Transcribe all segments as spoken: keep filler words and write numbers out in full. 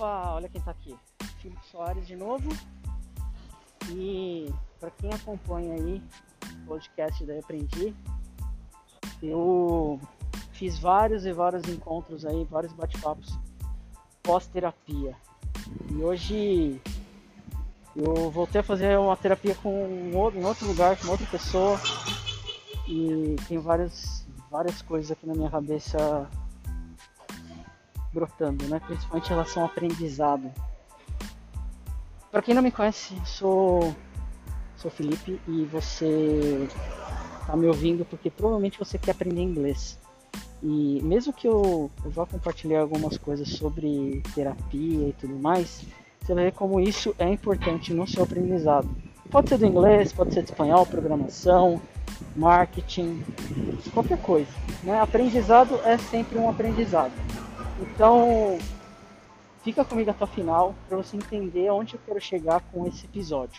Opa, olha quem tá aqui, Filipe Soares de novo. E para quem acompanha aí o podcast da Aprendi, eu fiz vários e vários encontros aí, vários bate-papos pós-terapia. E hoje eu voltei a fazer uma terapia com um outro, em outro lugar, com outra pessoa. E tem várias, várias coisas aqui na minha cabeça brotando, né? Principalmente em relação ao aprendizado. Para quem não me conhece, sou sou Felipe e você está me ouvindo porque provavelmente você quer aprender inglês. E mesmo que eu, eu vá compartilhar algumas coisas sobre terapia e tudo mais, você vai ver como isso é importante no seu aprendizado. Pode ser do inglês, pode ser do espanhol, programação, marketing, qualquer coisa, né? Aprendizado é sempre um aprendizado. Então, fica comigo até o final para você entender onde eu quero chegar com esse episódio.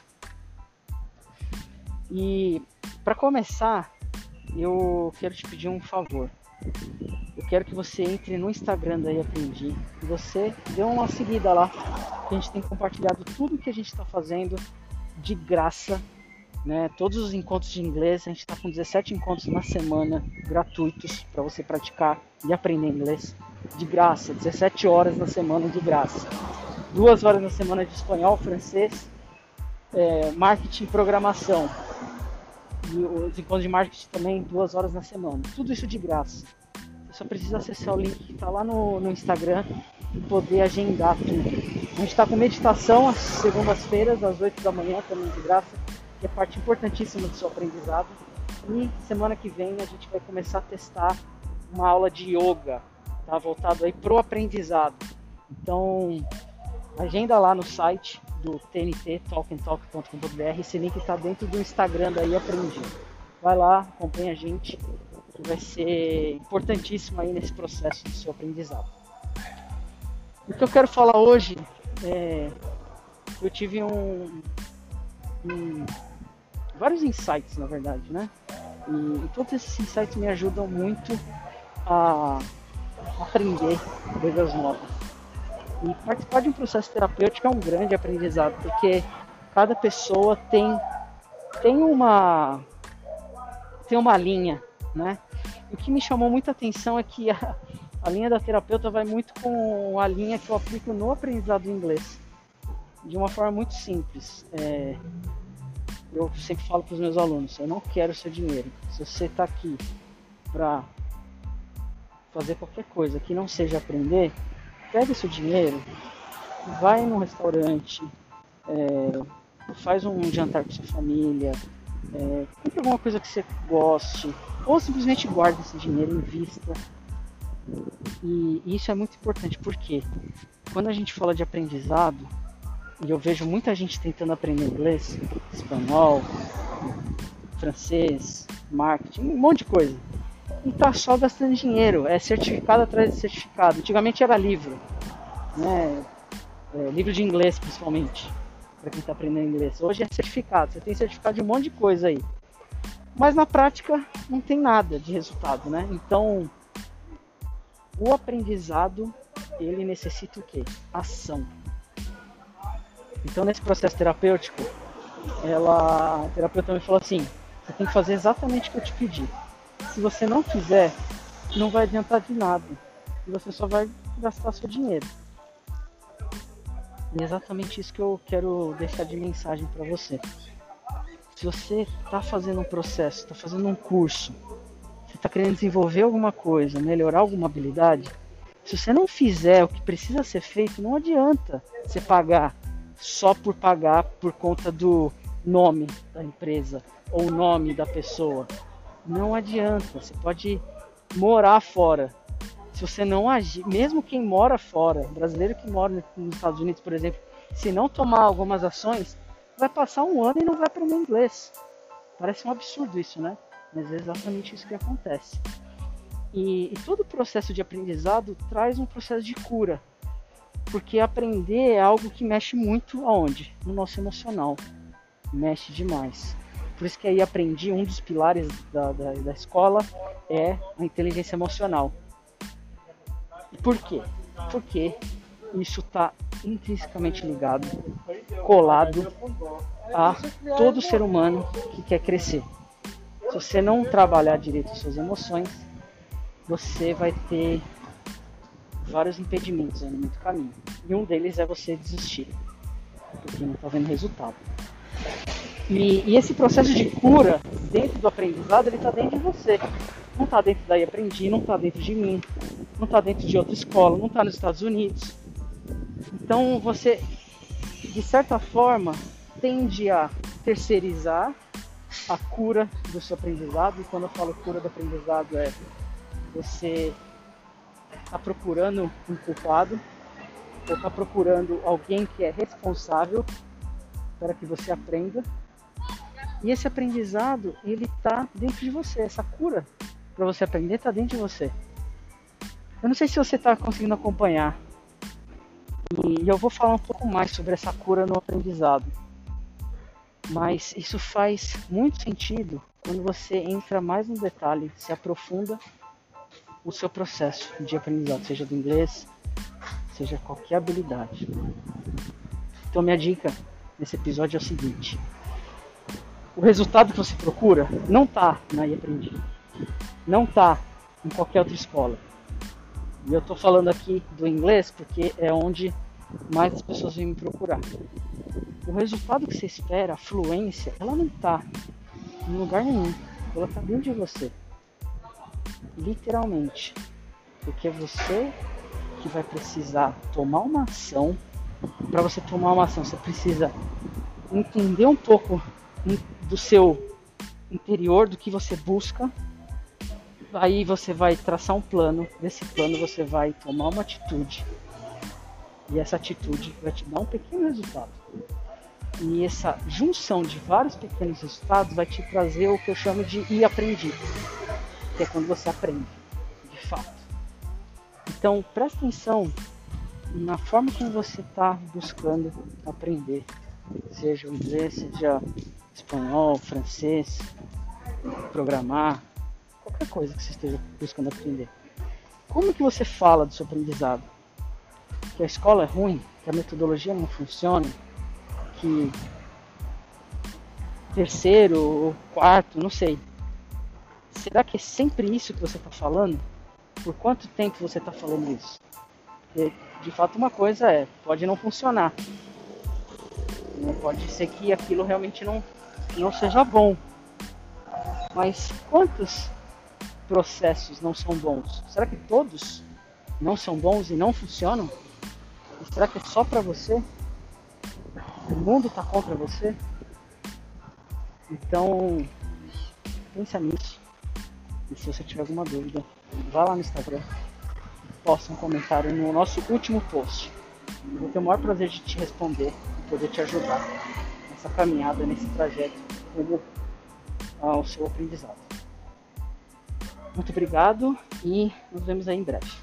E para começar, eu quero te pedir um favor. Eu quero que você entre no Instagram da Aprendi e você dê uma seguida lá, que a gente tem compartilhado tudo que a gente está fazendo de graça, né? Todos os encontros de inglês, a gente está com dezessete encontros na semana gratuitos para você praticar e aprender inglês de graça, dezessete horas na semana de graça, duas horas na semana de espanhol, francês, é, marketing, programação, e os encontros de marketing também duas horas na semana, tudo isso de graça. Você só precisa acessar o link que está lá no, no Instagram e poder agendar tudo. A gente está com meditação às segundas-feiras às oito da manhã, também de graça, que é parte importantíssima do seu aprendizado. E semana que vem a gente vai começar a testar uma aula de yoga, tá, voltado aí pro aprendizado. Então, agenda lá no site do T N T, talk and talk ponto com ponto b r. Esse link está dentro do Instagram daí Aprendi. Vai lá, acompanha a gente, que vai ser importantíssimo aí nesse processo do seu aprendizado. O que eu quero falar hoje é eu tive um, um vários insights, na verdade, né? E, e todos esses insights me ajudam muito a aprender coisas novas. E participar de um processo terapêutico é um grande aprendizado, porque cada pessoa tem, tem, uma, tem uma linha, né? O que me chamou muita atenção é que a, a linha da terapeuta vai muito com a linha que eu aplico no aprendizado do inglês, de uma forma muito simples. É, eu sempre falo para os meus alunos, eu não quero seu dinheiro. Se você está aqui para fazer qualquer coisa que não seja aprender, pega seu dinheiro, vai num restaurante, é, faz um jantar com sua família, é, compra alguma coisa que você goste, ou simplesmente guarda esse dinheiro, invista. E isso é muito importante, porque quando a gente fala de aprendizado, e eu vejo muita gente tentando aprender inglês, espanhol, francês, marketing, um monte de coisa, e tá só gastando dinheiro, é certificado atrás de certificado. Antigamente era livro, né? É, livro de inglês principalmente, para quem está aprendendo inglês. Hoje é certificado, você tem certificado de um monte de coisa aí, mas na prática não tem nada de resultado, né? Então, o aprendizado, ele necessita o quê? Ação. Então, nesse processo terapêutico, ela, a terapeuta me falou assim, você tem que fazer exatamente o que eu te pedi. Se você não fizer, não vai adiantar de nada. E você só vai gastar seu dinheiro. E é exatamente isso que eu quero deixar de mensagem para você. Se você está fazendo um processo, está fazendo um curso, você está querendo desenvolver alguma coisa, melhorar alguma habilidade, se você não fizer o que precisa ser feito, não adianta você pagar só por pagar por conta do nome da empresa ou nome da pessoa. Não adianta, você pode morar fora. Se você não agir, mesmo quem mora fora, brasileiro que mora nos Estados Unidos, por exemplo, se não tomar algumas ações, vai passar um ano e não vai aprender inglês. Parece um absurdo isso, né? Mas é exatamente isso que acontece. E, e todo o processo de aprendizado traz um processo de cura. Porque aprender é algo que mexe muito aonde? No nosso emocional. Mexe demais. Por isso que aí aprendi, um dos pilares da, da, da escola é a inteligência emocional. Por quê? Porque isso está intrinsecamente ligado, colado a todo ser humano que quer crescer. Se você não trabalhar direito as suas emoções, você vai ter vários impedimentos no meio do caminho. E um deles é você desistir, porque não está vendo resultado. E, e esse processo de cura dentro do aprendizado, ele está dentro de você. Não está dentro daí aprendi, não está dentro de mim, não está dentro de outra escola, não está nos Estados Unidos. Então você, de certa forma, tende a terceirizar a cura do seu aprendizado. E quando eu falo cura do aprendizado, é você está procurando um culpado, ou está procurando alguém que é responsável para que você aprenda. E esse aprendizado, ele está dentro de você. Essa cura para você aprender está dentro de você. Eu não sei se você está conseguindo acompanhar. E eu vou falar um pouco mais sobre essa cura no aprendizado. Mas isso faz muito sentido quando você entra mais no detalhe, se aprofunda o seu processo de aprendizado, seja do inglês, seja qualquer habilidade. Então minha dica nesse episódio é o seguinte: o resultado que você procura não está na iAprendi, não está em qualquer outra escola. E eu estou falando aqui do inglês porque é onde mais as pessoas vêm me procurar. O resultado que você espera, a fluência, ela não está em lugar nenhum, ela está dentro de você, literalmente, porque é você que vai precisar tomar uma ação. Para você tomar uma ação, você precisa entender um pouco do seu interior, do que você busca. Aí você vai traçar um plano, desse plano você vai tomar uma atitude, e essa atitude vai te dar um pequeno resultado. E essa junção de vários pequenos resultados vai te trazer o que eu chamo de iAprendi, que é quando você aprende, de fato. Então presta atenção na forma como você está buscando aprender, seja o inglês, seja espanhol, francês, programar, qualquer coisa que você esteja buscando aprender. Como que você fala do seu aprendizado? Que a escola é ruim, que a metodologia não funciona, que terceiro ou quarto, não sei. Será que é sempre isso que você está falando? Por quanto tempo você está falando isso? Porque, de fato, uma coisa é, pode não funcionar. Pode ser que aquilo realmente não, não seja bom. Mas quantos processos não são bons? Será que todos não são bons e não funcionam? E será que é só para você? O mundo está contra você? Então, pensa nisso. E se você tiver alguma dúvida, vá lá no Instagram, posta um comentário no nosso último post. Eu vou ter o maior prazer de te responder e poder te ajudar nessa caminhada, nesse trajeto rumo ao seu aprendizado. Muito obrigado e nos vemos aí em breve.